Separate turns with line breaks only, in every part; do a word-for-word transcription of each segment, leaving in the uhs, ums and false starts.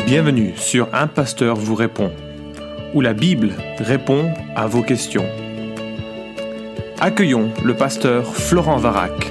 Bienvenue sur Un Pasteur vous répond, où la Bible répond à vos questions. Accueillons le pasteur Florent Varac.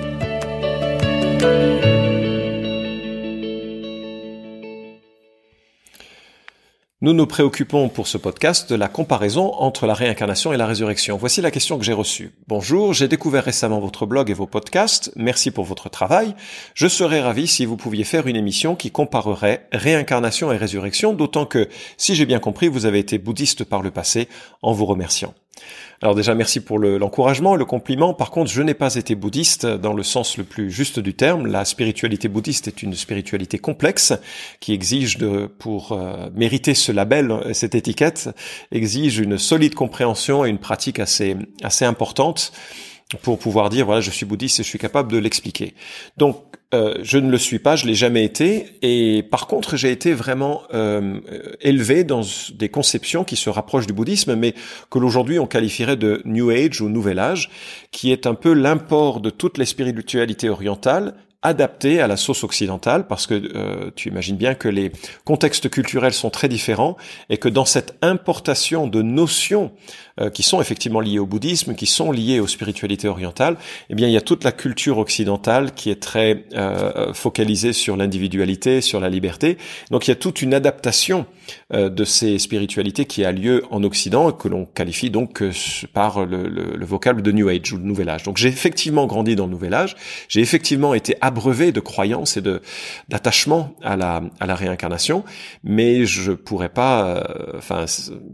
Nous nous préoccupons pour ce podcast de la comparaison entre la réincarnation et la résurrection. Voici la question que j'ai reçue. Bonjour, j'ai découvert récemment votre blog et vos podcasts. Merci pour votre travail. Je serais ravi si vous pouviez faire une émission qui comparerait réincarnation et résurrection, d'autant que, si j'ai bien compris, vous avez été bouddhiste par le passé, en vous remerciant. Alors déjà, merci pour le, l'encouragement, le compliment. Par contre, je n'ai pas été bouddhiste dans le sens le plus juste du terme. La spiritualité bouddhiste est une spiritualité complexe qui exige, de, pour euh, mériter ce label, cette étiquette, exige une solide compréhension et une pratique assez, assez importante pour pouvoir dire, voilà, je suis bouddhiste et je suis capable de l'expliquer. Donc, euh, je ne le suis pas, je l'ai jamais été, et par contre, j'ai été vraiment euh, élevé dans des conceptions qui se rapprochent du bouddhisme, mais que l'aujourd'hui on qualifierait de New Age ou Nouvel Âge, qui est un peu l'import de toutes les spiritualités orientales, adapté à la sauce occidentale, parce que euh, tu imagines bien que les contextes culturels sont très différents et que dans cette importation de notions euh, qui sont effectivement liées au bouddhisme, qui sont liées aux spiritualités orientales, eh bien il y a toute la culture occidentale qui est très euh, focalisée sur l'individualité, sur la liberté. Donc il y a toute une adaptation euh, de ces spiritualités qui a lieu en Occident et que l'on qualifie donc euh, par le, le, le vocable de New Age ou le Nouvel Âge. Donc j'ai effectivement grandi dans le Nouvel Âge, j'ai effectivement été abreuvé de croyances et de d'attachement à la à la réincarnation, mais je pourrais pas, euh, enfin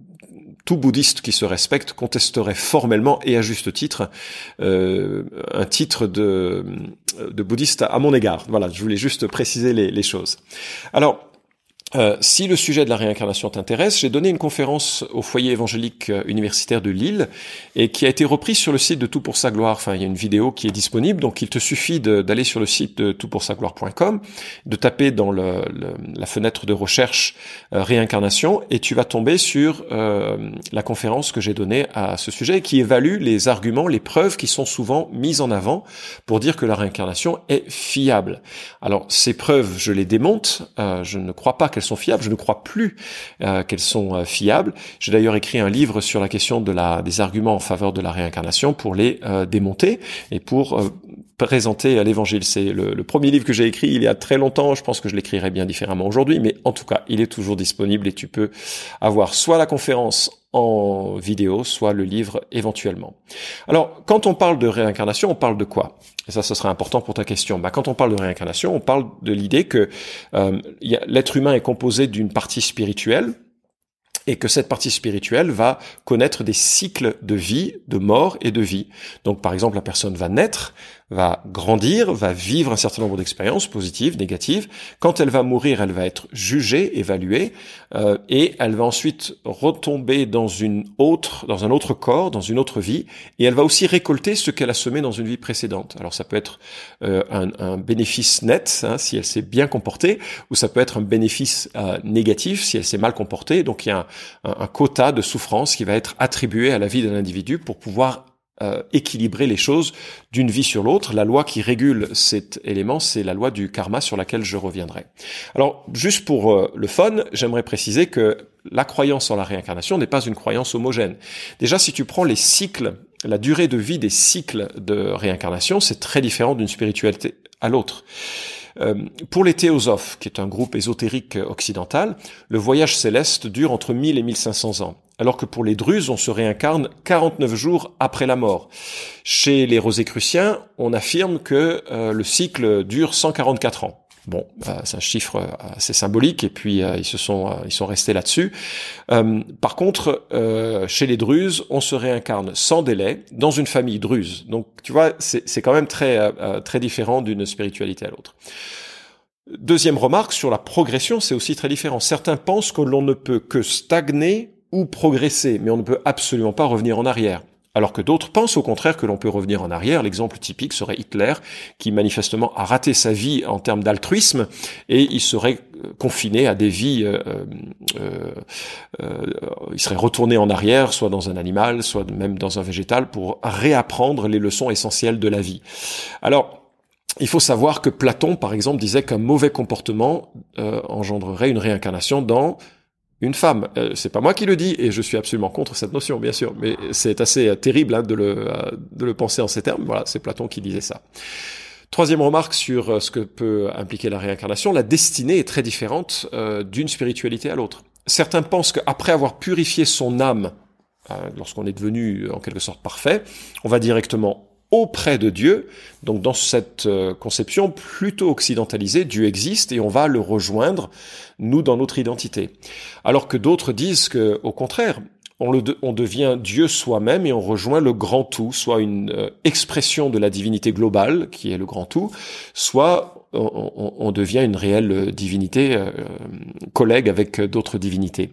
tout bouddhiste qui se respecte contesterait formellement et à juste titre euh, un titre de de bouddhiste à mon égard. Voilà, je voulais juste préciser les, les choses. Alors. Euh, si le sujet de la réincarnation t'intéresse, j'ai donné une conférence au foyer évangélique universitaire de Lille et qui a été reprise sur le site de Tout pour sa gloire. Enfin, il y a une vidéo qui est disponible, donc il te suffit de, d'aller sur le site de tout pour sa gloire point com, de taper dans le, le, la fenêtre de recherche euh, réincarnation et tu vas tomber sur euh, la conférence que j'ai donnée à ce sujet qui évalue les arguments, les preuves qui sont souvent mises en avant pour dire que la réincarnation est fiable. Alors, ces preuves, je les démonte, euh, je ne crois pas qu'elles sont fiables, je ne crois plus euh, qu'elles sont euh, fiables. J'ai d'ailleurs écrit un livre sur la question de la des arguments en faveur de la réincarnation pour les euh, démonter et pour euh, présenter à l'évangile. C'est le, le premier livre que j'ai écrit il y a très longtemps, je pense que je l'écrirai bien différemment aujourd'hui, mais en tout cas, il est toujours disponible et tu peux avoir soit la conférence en vidéo, soit le livre éventuellement. Alors, quand on parle de réincarnation, on parle de quoi ? Et ça, ce sera important pour ta question. Bah, quand on parle de réincarnation, on parle de l'idée que euh, y a, l'être humain est composé d'une partie spirituelle, et que cette partie spirituelle va connaître des cycles de vie, de mort et de vie. Donc, par exemple, la personne va naître, va grandir, va vivre un certain nombre d'expériences positives, négatives. Quand elle va mourir, elle va être jugée, évaluée, euh, et elle va ensuite retomber dans une autre, dans un autre corps, dans une autre vie, et elle va aussi récolter ce qu'elle a semé dans une vie précédente. Alors, ça peut être euh, un, un bénéfice net, hein, si elle s'est bien comportée, ou ça peut être un bénéfice euh, négatif si elle s'est mal comportée. Donc, il y a un un, un quota de souffrance qui va être attribué à la vie d'un individu pour pouvoir euh, équilibrer les choses d'une vie sur l'autre. La loi qui régule cet élément, c'est la loi du karma sur laquelle je reviendrai. Alors, juste pour euh, le fun, j'aimerais préciser que la croyance en la réincarnation n'est pas une croyance homogène. Déjà, si tu prends les cycles, la durée de vie des cycles de réincarnation, c'est très différent d'une spiritualité à l'autre. Euh, pour les théosophes, qui est un groupe ésotérique occidental, le voyage céleste dure entre mille et mille cinq cents ans, alors que pour les druzes, on se réincarne quarante-neuf jours après la mort. Chez les rosicruciens, on affirme que euh, le cycle dure cent quarante-quatre ans. Bon, euh, c'est un chiffre assez symbolique et puis euh, ils se sont euh, ils sont restés là-dessus. Euh, par contre, euh, chez les druzes, on se réincarne sans délai dans une famille druze. Donc, tu vois, c'est c'est quand même très euh, très différent d'une spiritualité à l'autre. Deuxième remarque sur la progression, c'est aussi très différent. Certains pensent que l'on ne peut que stagner ou progresser, mais on ne peut absolument pas revenir en arrière. Alors que d'autres pensent au contraire que l'on peut revenir en arrière. L'exemple typique serait Hitler, qui manifestement a raté sa vie en termes d'altruisme, et il serait confiné à des vies, euh, euh, euh, il serait retourné en arrière, soit dans un animal, soit même dans un végétal, pour réapprendre les leçons essentielles de la vie. Alors, il faut savoir que Platon, par exemple, disait qu'un mauvais comportement euh, engendrerait une réincarnation dans une femme. Euh, c'est pas moi qui le dis, et je suis absolument contre cette notion, bien sûr, mais c'est assez euh, terrible hein, de, le, euh, de le penser en ces termes. Voilà, c'est Platon qui disait ça. Troisième remarque sur euh, ce que peut impliquer la réincarnation, la destinée est très différente euh, d'une spiritualité à l'autre. Certains pensent qu'après avoir purifié son âme, euh, lorsqu'on est devenu en quelque sorte parfait, on va directement auprès de Dieu. Donc dans cette euh, conception plutôt occidentalisée, Dieu existe et on va le rejoindre, nous, dans notre identité. Alors que d'autres disent que, au contraire, on, le de, on devient Dieu soi-même et on rejoint le grand tout, soit une euh, expression de la divinité globale, qui est le grand tout, soit on, on, on devient une réelle divinité, euh, collègue avec d'autres divinités.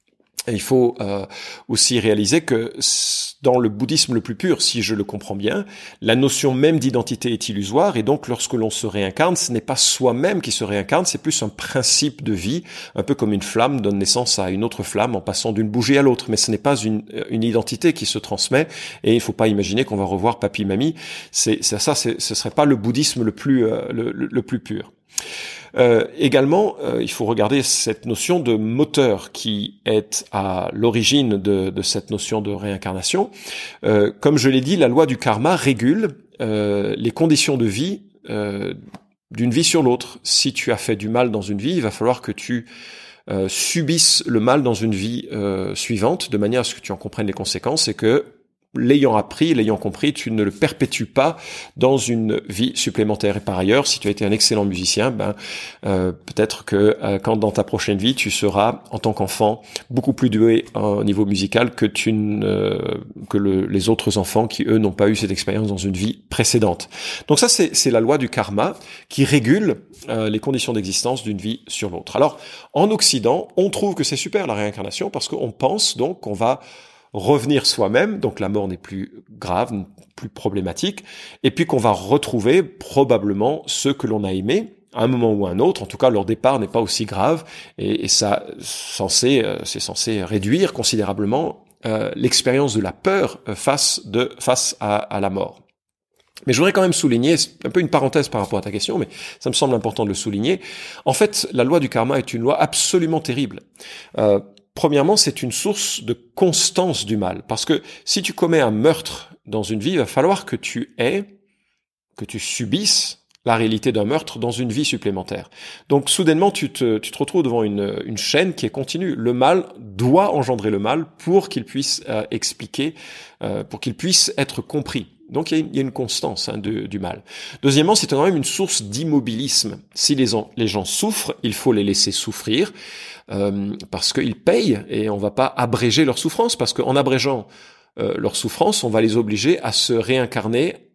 Et il faut euh, aussi réaliser que dans le bouddhisme le plus pur, si je le comprends bien, la notion même d'identité est illusoire, et donc lorsque l'on se réincarne, ce n'est pas soi-même qui se réincarne, c'est plus un principe de vie, un peu comme une flamme donne naissance à une autre flamme en passant d'une bougie à l'autre, mais ce n'est pas une, une identité qui se transmet, et il ne faut pas imaginer qu'on va revoir papy-mamie, c'est, c'est ça, c'est, ce serait pas le bouddhisme le plus, euh, le, le, le plus pur. Euh, également, euh, il faut regarder cette notion de moteur qui est à l'origine de, de cette notion de réincarnation. Euh, comme je l'ai dit, la loi du karma régule euh, les conditions de vie euh, d'une vie sur l'autre. Si tu as fait du mal dans une vie, il va falloir que tu euh, subisses le mal dans une vie euh, suivante, de manière à ce que tu en comprennes les conséquences et que l'ayant appris, l'ayant compris, tu ne le perpétues pas dans une vie supplémentaire. Et par ailleurs, si tu as été un excellent musicien, ben euh, peut-être que euh, quand dans ta prochaine vie, tu seras, en tant qu'enfant, beaucoup plus doué au niveau musical que tu ne, euh, que le, les autres enfants qui, eux, n'ont pas eu cette expérience dans une vie précédente. Donc ça, c'est, c'est la loi du karma qui régule euh, les conditions d'existence d'une vie sur l'autre. Alors, en Occident, on trouve que c'est super la réincarnation parce qu'on pense donc qu'on va revenir soi-même, donc la mort n'est plus grave, plus problématique, et puis qu'on va retrouver probablement ceux que l'on a aimés à un moment ou à un autre. En tout cas, leur départ n'est pas aussi grave, et, et ça, censé, euh, c'est censé réduire considérablement euh, l'expérience de la peur face de face à, à la mort. Mais je voudrais quand même souligner, c'est un peu une parenthèse par rapport à ta question, mais ça me semble important de le souligner. En fait, la loi du karma est une loi absolument terrible. Euh, Premièrement, c'est une source de constance du mal. Parce que si tu commets un meurtre dans une vie, il va falloir que tu aies, que tu subisses la réalité d'un meurtre dans une vie supplémentaire. Donc, soudainement, tu te, tu te retrouves devant une, une chaîne qui est continue. Le mal doit engendrer le mal pour qu'il puisse euh, expliquer, euh, pour qu'il puisse être compris. Donc, il y a une, il y a une constance hein, de, du mal. Deuxièmement, c'est quand même une source d'immobilisme. Si les, les gens souffrent, il faut les laisser souffrir. Euh, parce qu'ils payent et on va pas abréger leur souffrance, parce qu'en abrégeant euh, leur souffrance, on va les obliger à se réincarner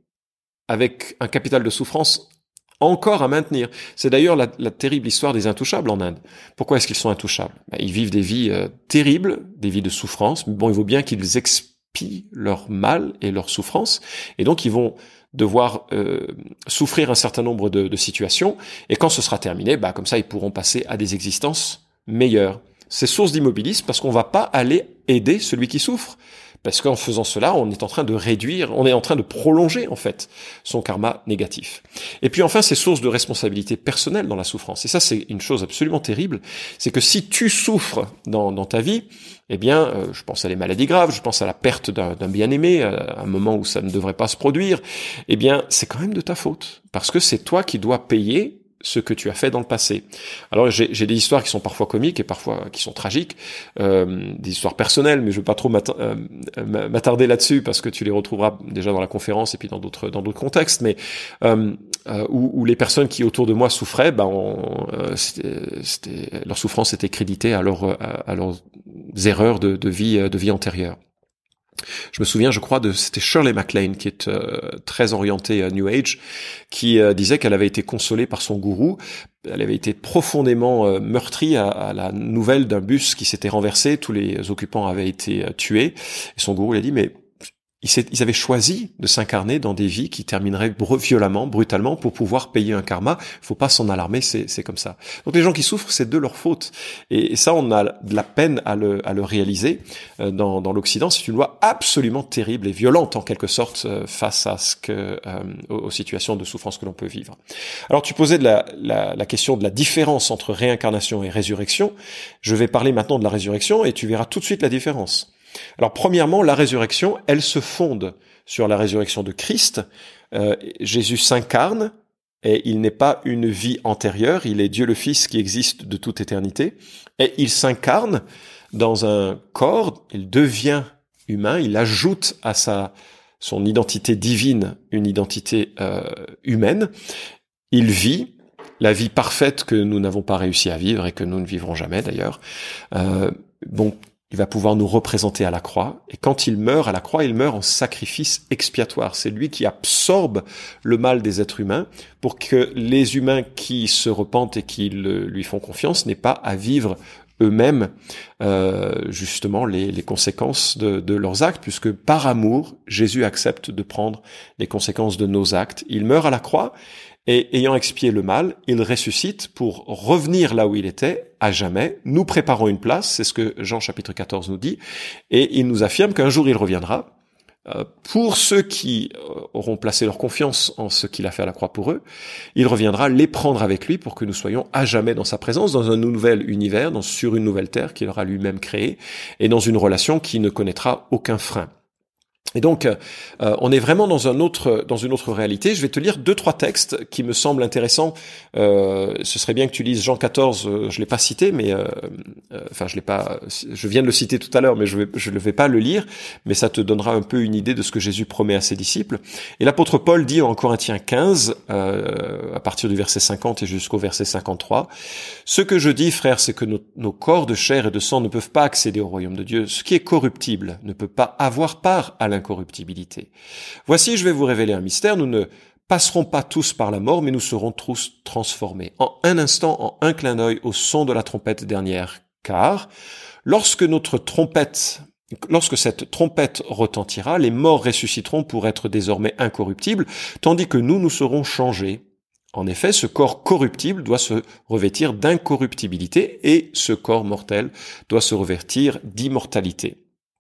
avec un capital de souffrance encore à maintenir. C'est d'ailleurs la, la terrible histoire des intouchables en Inde. Pourquoi est-ce qu'ils sont intouchables? Ben, ils vivent des vies euh, terribles, des vies de souffrance, mais bon, il vaut bien qu'ils expient leur mal et leur souffrance, et donc ils vont devoir euh, souffrir un certain nombre de, de situations, et quand ce sera terminé, ben, comme ça, ils pourront passer à des existences meilleur. C'est source d'immobilisme parce qu'on va pas aller aider celui qui souffre. Parce qu'en faisant cela, on est en train de réduire, on est en train de prolonger, en fait, son karma négatif. Et puis enfin, c'est source de responsabilité personnelle dans la souffrance. Et ça, c'est une chose absolument terrible. C'est que si tu souffres dans, dans ta vie, eh bien, euh, je pense à les maladies graves, je pense à la perte d'un, d'un bien-aimé, à un moment où ça ne devrait pas se produire, eh bien, c'est quand même de ta faute. Parce que c'est toi qui dois payer ce que tu as fait dans le passé. Alors j'ai, j'ai des histoires qui sont parfois comiques et parfois qui sont tragiques, euh, des histoires personnelles, mais je veux pas trop m'attarder là-dessus parce que tu les retrouveras déjà dans la conférence et puis dans d'autres dans d'autres contextes. Mais euh, euh, où, où les personnes qui autour de moi souffraient, ben on, euh, c'était, c'était, leur souffrance était créditée à, leur, à, à leurs erreurs de, de vie de vie antérieure. Je me souviens, je crois, de c'était Shirley MacLaine qui est euh, très orientée à New Age, qui euh, disait qu'elle avait été consolée par son gourou. Elle avait été profondément euh, meurtrie à, à la nouvelle d'un bus qui s'était renversé. Tous les occupants avaient été euh, tués. Et son gourou lui a dit, mais Ils avaient choisi de s'incarner dans des vies qui termineraient violemment, brutalement, pour pouvoir payer un karma. Il faut pas s'en alarmer, c'est, c'est comme ça. Donc les gens qui souffrent, c'est de leur faute. Et, et ça, on a de la peine à le, à le réaliser. Euh, dans, dans l'Occident, c'est une loi absolument terrible et violente, en quelque sorte, euh, face à ce que, euh, aux, aux situations de souffrance que l'on peut vivre. Alors tu posais de la, la, la question de la différence entre réincarnation et résurrection. Je vais parler maintenant de la résurrection et tu verras tout de suite la différence. Alors premièrement, la résurrection, elle se fonde sur la résurrection de Christ. Euh, Jésus s'incarne et il n'est pas une vie antérieure, il est Dieu le Fils qui existe de toute éternité et il s'incarne dans un corps, il devient humain, il ajoute à sa son identité divine une identité euh, humaine. Il vit la vie parfaite que nous n'avons pas réussi à vivre et que nous ne vivrons jamais d'ailleurs. Euh, donc il va pouvoir nous représenter à la croix. Et quand il meurt à la croix, il meurt en sacrifice expiatoire. C'est lui qui absorbe le mal des êtres humains pour que les humains qui se repentent et qui le, lui font confiance n'aient pas à vivre eux-mêmes euh, justement les, les conséquences de, de leurs actes, puisque par amour, Jésus accepte de prendre les conséquences de nos actes. Il meurt à la croix, et ayant expié le mal, il ressuscite pour revenir là où il était à jamais. Nous préparons une place, c'est ce que Jean chapitre quatorze nous dit, et il nous affirme qu'un jour il reviendra. Euh, pour ceux qui euh, auront placé leur confiance en ce qu'il a fait à la croix pour eux, il reviendra les prendre avec lui pour que nous soyons à jamais dans sa présence, dans un nouvel univers, dans, sur une nouvelle terre qu'il aura lui-même créée, et dans une relation qui ne connaîtra aucun frein. Et donc, euh, on est vraiment dans un autre, dans une autre réalité. Je vais te lire deux, trois textes qui me semblent intéressants. Euh, ce serait bien que tu lises Jean quatorze. Euh, je l'ai pas cité, mais euh, euh, enfin, je l'ai pas. Je viens de le citer tout à l'heure, mais je vais, je ne vais pas le lire. Mais ça te donnera un peu une idée de ce que Jésus promet à ses disciples. Et l'apôtre Paul dit en Corinthiens quinze, euh, à partir du verset cinquante et jusqu'au verset cinquante-trois, ce que je dis, frères, c'est que nos, nos corps de chair et de sang ne peuvent pas accéder au royaume de Dieu. Ce qui est corruptible ne peut pas avoir part à l'incorruptibilité. Voici, je vais vous révéler un mystère, nous ne passerons pas tous par la mort, mais nous serons tous transformés. En un instant, en un clin d'œil, au son de la trompette dernière. Car, lorsque notre trompette, lorsque cette trompette retentira, les morts ressusciteront pour être désormais incorruptibles, tandis que nous, nous serons changés. En effet, ce corps corruptible doit se revêtir d'incorruptibilité et ce corps mortel doit se revêtir d'immortalité.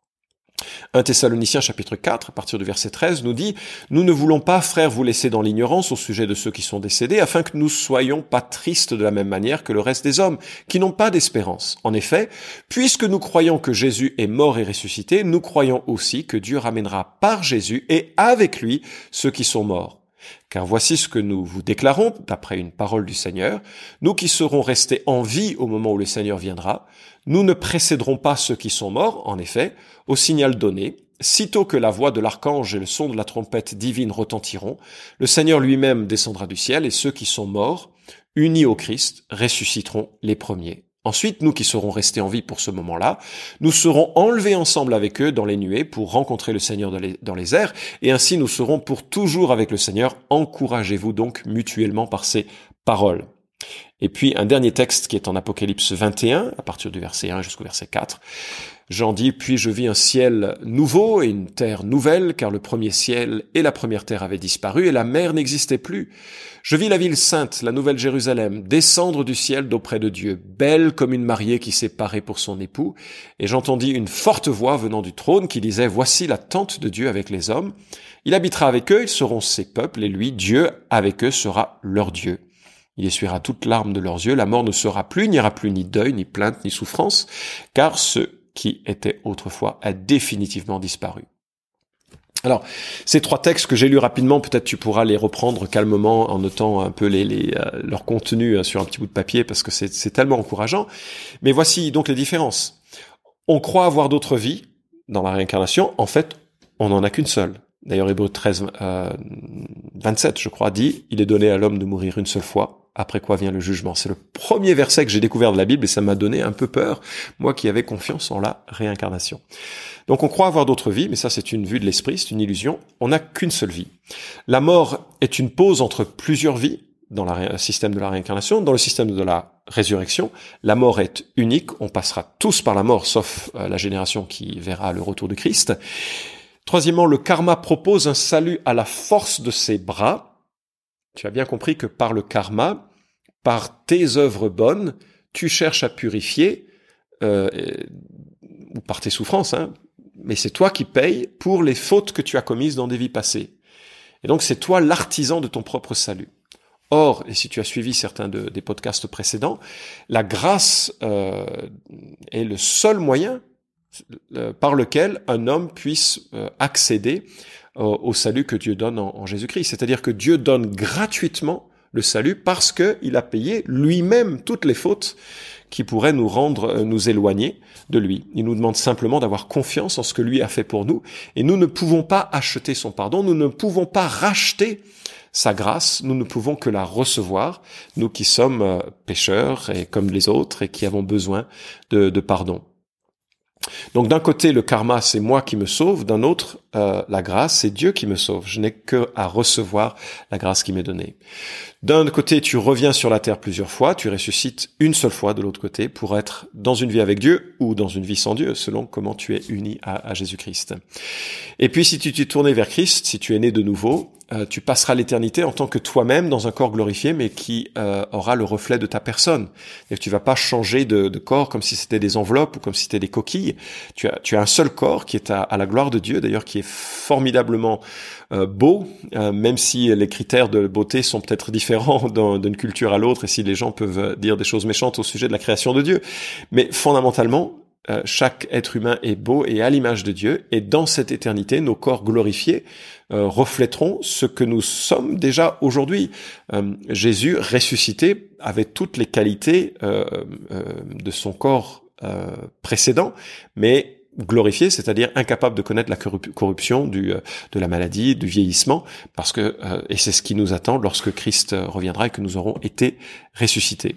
un Thessaloniciens chapitre quatre, à partir du verset treize, nous dit « Nous ne voulons pas, frères, vous laisser dans l'ignorance au sujet de ceux qui sont décédés, afin que nous soyons pas tristes de la même manière que le reste des hommes, qui n'ont pas d'espérance. En effet, puisque nous croyons que Jésus est mort et ressuscité, nous croyons aussi que Dieu ramènera par Jésus et avec lui ceux qui sont morts. Car voici ce que nous vous déclarons, d'après une parole du Seigneur, nous qui serons restés en vie au moment où le Seigneur viendra, nous ne précéderons pas ceux qui sont morts, en effet, au signal donné, sitôt que la voix de l'archange et le son de la trompette divine retentiront, le Seigneur lui-même descendra du ciel et ceux qui sont morts, unis au Christ, ressusciteront les premiers. Ensuite, nous qui serons restés en vie pour ce moment-là, nous serons enlevés ensemble avec eux dans les nuées pour rencontrer le Seigneur dans les, dans les airs, et ainsi nous serons pour toujours avec le Seigneur. Encouragez-vous donc mutuellement par ces paroles. Et puis, un dernier texte qui est en Apocalypse vingt et un, à partir du verset un jusqu'au verset quatre. Jean dit « Puis je vis un ciel nouveau et une terre nouvelle, car le premier ciel et la première terre avaient disparu, et la mer n'existait plus. Je vis la ville sainte, la nouvelle Jérusalem, descendre du ciel d'auprès de Dieu, belle comme une mariée qui s'est parée pour son époux. Et j'entendis une forte voix venant du trône qui disait « Voici la tente de Dieu avec les hommes. Il habitera avec eux, ils seront ses peuples, et lui, Dieu, avec eux, sera leur Dieu. Il essuiera toute larme de leurs yeux, la mort ne sera plus, il n'y aura plus ni deuil, ni plainte, ni souffrance, car ce qui était autrefois a définitivement disparu. » Alors, ces trois textes que j'ai lus rapidement, peut-être tu pourras les reprendre calmement en notant un peu les, les, euh, leur contenu euh, sur un petit bout de papier parce que c'est, c'est tellement encourageant. Mais voici donc les différences. On croit avoir d'autres vies dans la réincarnation. En fait, on n'en a qu'une seule. D'ailleurs, Hébreux treize, euh, vingt-sept, je crois, dit « Il est donné à l'homme de mourir une seule fois. Après quoi vient le jugement ?» C'est le premier verset que j'ai découvert de la Bible et ça m'a donné un peu peur, moi qui avais confiance en la réincarnation. Donc on croit avoir d'autres vies, mais ça c'est une vue de l'esprit, c'est une illusion. On n'a qu'une seule vie. La mort est une pause entre plusieurs vies dans le système de la réincarnation. Dans le système de la résurrection, la mort est unique. On passera tous par la mort, sauf la génération qui verra le retour de Christ. Troisièmement, le karma propose un salut à la force de ses bras. Tu as bien compris que par le karma, par tes œuvres bonnes, tu cherches à purifier, euh, ou par tes souffrances, hein, mais c'est toi qui payes pour les fautes que tu as commises dans des vies passées. Et donc c'est toi l'artisan de ton propre salut. Or, et si tu as suivi certains de, des podcasts précédents, la grâce euh, est le seul moyen euh, par lequel un homme puisse euh, accéder euh, au salut que Dieu donne en, en Jésus-Christ. C'est-à-dire que Dieu donne gratuitement le salut parce qu'il a payé lui-même toutes les fautes qui pourraient nous rendre, euh, nous éloigner de lui. Il nous demande simplement d'avoir confiance en ce que lui a fait pour nous. Et nous ne pouvons pas acheter son pardon, nous ne pouvons pas racheter sa grâce, nous ne pouvons que la recevoir, nous qui sommes euh, pécheurs et comme les autres et qui avons besoin de, de pardon. Donc d'un côté, le karma, c'est moi qui me sauve, d'un autre, euh, la grâce, c'est Dieu qui me sauve. Je n'ai que à recevoir la grâce qui m'est donnée. D'un côté, tu reviens sur la terre plusieurs fois, tu ressuscites une seule fois de l'autre côté pour être dans une vie avec Dieu ou dans une vie sans Dieu, selon comment tu es uni à, à Jésus-Christ. Et puis si tu t'es tourné vers Christ, si tu es né de nouveau, euh, tu passeras l'éternité en tant que toi-même dans un corps glorifié, mais qui euh, aura le reflet de ta personne. Et tu vas pas changer de, de corps comme si c'était des enveloppes ou comme si c'était des coquilles. Tu as, tu as un seul corps qui est à, à la gloire de Dieu, d'ailleurs qui est formidablement euh, beau, euh, même si les critères de beauté sont peut-être différents dans, d'une culture à l'autre et si les gens peuvent dire des choses méchantes au sujet de la création de Dieu. Mais fondamentalement, euh, chaque être humain est beau et à l'image de Dieu, et dans cette éternité, nos corps glorifiés euh, reflèteront ce que nous sommes déjà aujourd'hui. Euh, Jésus, ressuscité, avait toutes les qualités euh, euh, de son corps euh, précédent, mais glorifié, c'est-à-dire incapable de connaître la corruption du, de la maladie, du vieillissement, parce que euh, et c'est ce qui nous attend lorsque Christ reviendra et que nous aurons été ressuscités.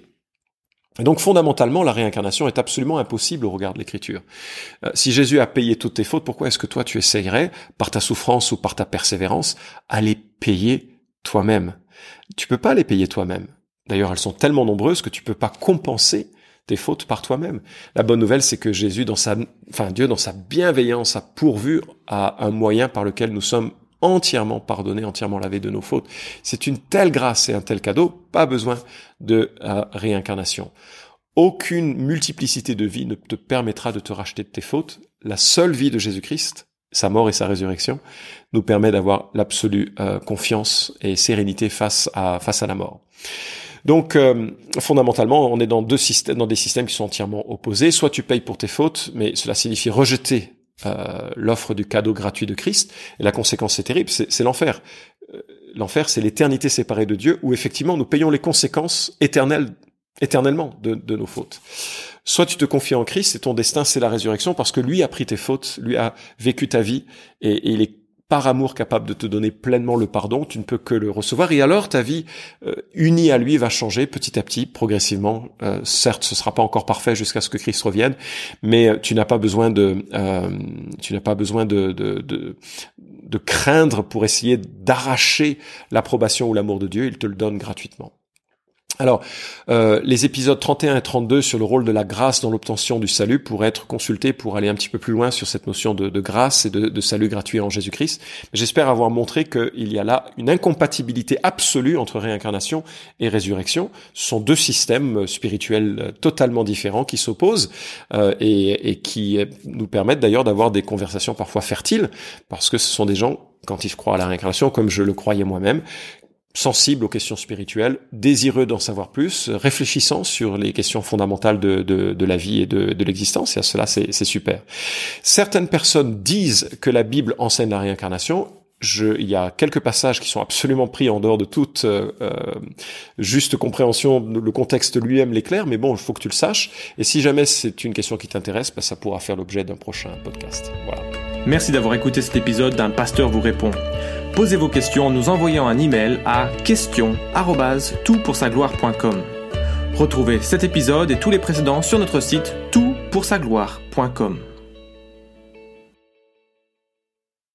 Et donc fondamentalement, la réincarnation est absolument impossible au regard de l'Écriture. Euh, si Jésus a payé toutes tes fautes, pourquoi est-ce que toi tu essayerais, par ta souffrance ou par ta persévérance, à les payer toi-même? Tu peux pas les payer toi-même. D'ailleurs, elles sont tellement nombreuses que tu peux pas compenser tes fautes par toi-même. La bonne nouvelle, c'est que Jésus, dans sa, enfin Dieu, dans sa bienveillance, a pourvu à un moyen par lequel nous sommes entièrement pardonnés, entièrement lavés de nos fautes. C'est une telle grâce et un tel cadeau, pas besoin de euh, réincarnation. Aucune multiplicité de vies ne te permettra de te racheter de tes fautes. La seule vie de Jésus-Christ, sa mort et sa résurrection, nous permet d'avoir l'absolue euh, confiance et sérénité face à face à la mort. Donc, euh, fondamentalement, on est dans deux systèmes, dans des systèmes qui sont entièrement opposés. Soit tu payes pour tes fautes, mais cela signifie rejeter euh, l'offre du cadeau gratuit de Christ. Et la conséquence, c'est terrible, c'est, c'est l'enfer. Euh, l'enfer, c'est l'éternité séparée de Dieu, où effectivement, nous payons les conséquences éternelles, éternellement de, de nos fautes. Soit tu te confies en Christ, et ton destin, c'est la résurrection, parce que lui a pris tes fautes, lui a vécu ta vie, et, et il est par amour capable de te donner pleinement le pardon, tu ne peux que le recevoir, et alors ta vie euh, unie à lui va changer petit à petit, progressivement. Euh, certes, ce sera pas encore parfait jusqu'à ce que Christ revienne, mais euh, tu n'as pas besoin de, euh, tu n'as pas besoin de, de, de, de craindre pour essayer d'arracher l'approbation ou l'amour de Dieu. Il te le donne gratuitement. Alors, euh, les épisodes trente et un et trente-deux sur le rôle de la grâce dans l'obtention du salut pourraient être consultés pour aller un petit peu plus loin sur cette notion de, de grâce et de, de salut gratuit en Jésus-Christ. J'espère avoir montré qu'il y a là une incompatibilité absolue entre réincarnation et résurrection. Ce sont deux systèmes spirituels totalement différents qui s'opposent euh, et, et qui nous permettent d'ailleurs d'avoir des conversations parfois fertiles, parce que ce sont des gens, quand ils croient à la réincarnation, comme je le croyais moi-même, sensibles aux questions spirituelles, désireux d'en savoir plus, réfléchissant sur les questions fondamentales de, de, de la vie et de, de l'existence, et à cela, c'est, c'est super. Certaines personnes disent que la Bible enseigne la réincarnation. Je, il y a quelques passages qui sont absolument pris en dehors de toute euh, juste compréhension, le contexte lui-même l'éclaire, mais bon, il faut que tu le saches, et si jamais c'est une question qui t'intéresse, ben, ça pourra faire l'objet d'un prochain podcast. Voilà.
Merci d'avoir écouté cet épisode d'Un Pasteur vous répond. Posez vos questions en nous envoyant un email à questions arobase tout pour sa gloire point com. Retrouvez cet épisode et tous les précédents sur notre site tout pour sa gloire point com.